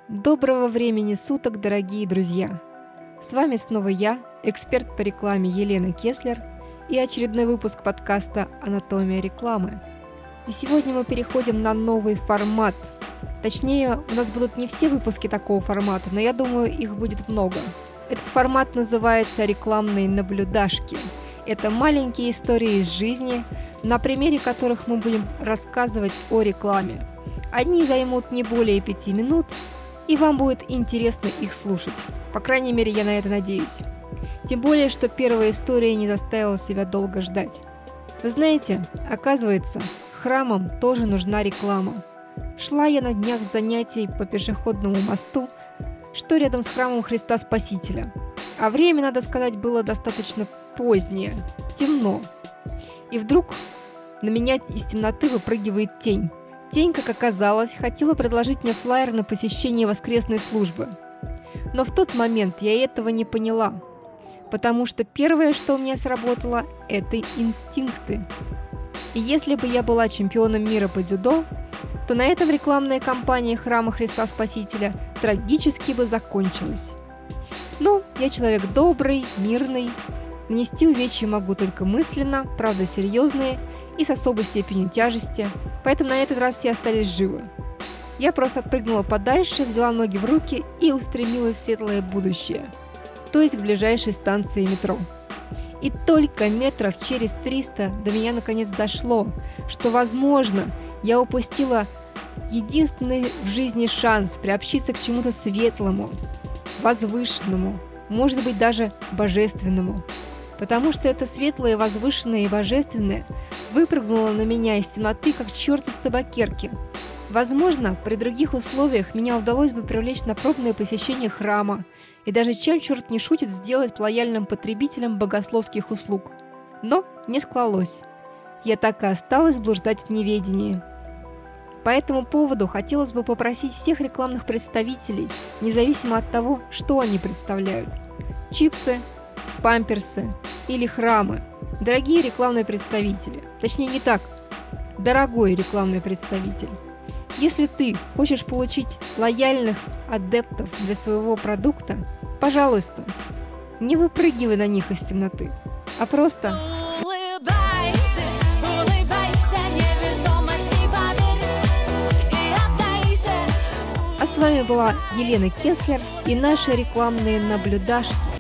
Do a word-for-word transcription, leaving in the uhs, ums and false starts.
Доброго времени суток, дорогие друзья! С вами снова я, эксперт по рекламе Елена Кеслер, и очередной выпуск подкаста «Анатомия рекламы». И сегодня мы переходим на новый формат. Точнее, у нас будут не все выпуски такого формата, но я думаю, их будет много. Этот формат называется «Рекламные наблюдашки». Это маленькие истории из жизни, на примере которых мы будем рассказывать о рекламе. Они займут не более пяти минут, и вам будет интересно их слушать. По крайней мере, я на это надеюсь. Тем более, что первая история не заставила себя долго ждать. Вы знаете, оказывается, храмам тоже нужна реклама. Шла я на днях с занятий по пешеходному мосту, что рядом с храмом Христа Спасителя. А время, надо сказать, было достаточно позднее, темно. И вдруг на меня из темноты выпрыгивает тень. Тень, как оказалось, хотела предложить мне флаер на посещение воскресной службы. Но в тот момент я этого не поняла, потому что первое, что у меня сработало, это инстинкты. И если бы я была чемпионом мира по дзюдо, то на этом рекламная кампания Храма Христа Спасителя трагически бы закончилась. Но я человек добрый, мирный, нанести увечья могу только мысленно, правда серьезные и с особой степенью тяжести, поэтому на этот раз все остались живы. Я просто отпрыгнула подальше, взяла ноги в руки и устремилась в светлое будущее, то есть к ближайшей станции метро. И только метров через триста до меня наконец дошло, что, возможно, я упустила единственный в жизни шанс приобщиться к чему-то светлому, возвышенному, может быть, даже божественному. Потому что это светлое, возвышенное и божественное выпрыгнуло на меня из темноты, как черт из табакерки. Возможно, при других условиях меня удалось бы привлечь на пробное посещение храма и даже, чем черт не шутит, сделать лояльным потребителем богословских услуг. Но не склалось. Я так и осталась блуждать в неведении. По этому поводу хотелось бы попросить всех рекламных представителей, независимо от того, что они представляют – чипсы, памперсы или храмы. Дорогие рекламные представители, точнее не так, дорогой рекламный представитель, если ты хочешь получить лояльных адептов для своего продукта, пожалуйста, не выпрыгивай на них из темноты, а просто... Улыбайся, улыбайся, невесомости поверь и отдайся. А с вами была Елена Кеслер и наши рекламные наблюдашки.